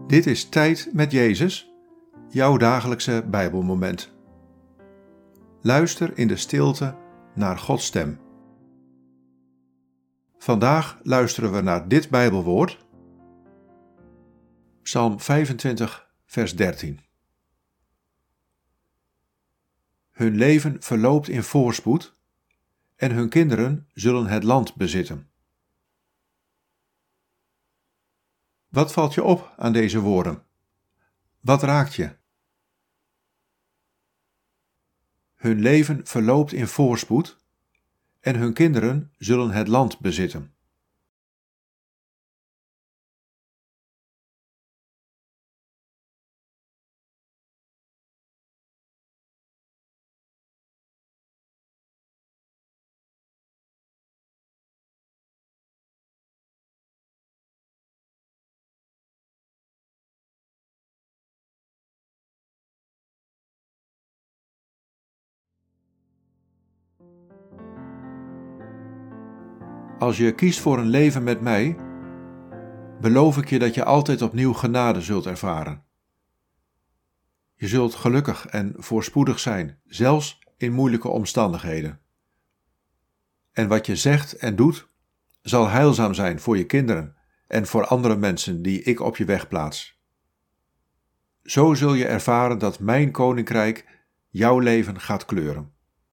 Dit is Tijd met Jezus, jouw dagelijkse Bijbelmoment. Luister in de stilte naar Gods stem. Vandaag luisteren we naar dit Bijbelwoord, Psalm 25, vers 13. Hun leven verloopt in voorspoed en hun kinderen zullen het land bezitten. Wat valt je op aan deze woorden? Wat raakt je? Hun leven verloopt in voorspoed en hun kinderen zullen het land bezitten. Als je kiest voor een leven met mij, beloof ik je dat je altijd opnieuw genade zult ervaren. Je zult gelukkig en voorspoedig zijn, zelfs in moeilijke omstandigheden. En wat je zegt en doet, zal heilzaam zijn voor je kinderen en voor andere mensen die ik op je weg plaats. Zo zul je ervaren dat mijn koninkrijk jouw leven gaat kleuren.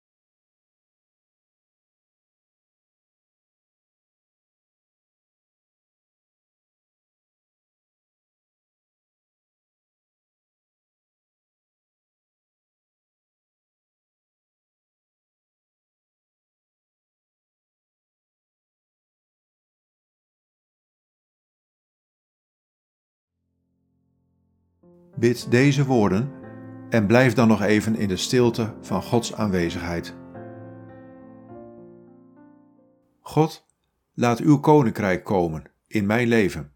Bid deze woorden en blijf dan nog even in de stilte van Gods aanwezigheid. God, laat uw koninkrijk komen in mijn leven.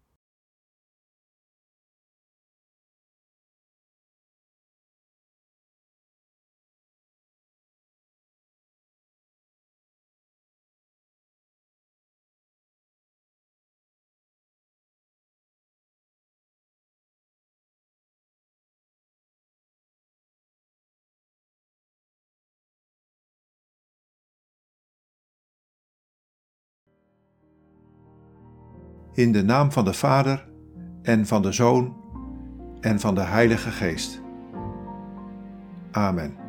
In de naam van de Vader en van de Zoon en van de Heilige Geest. Amen.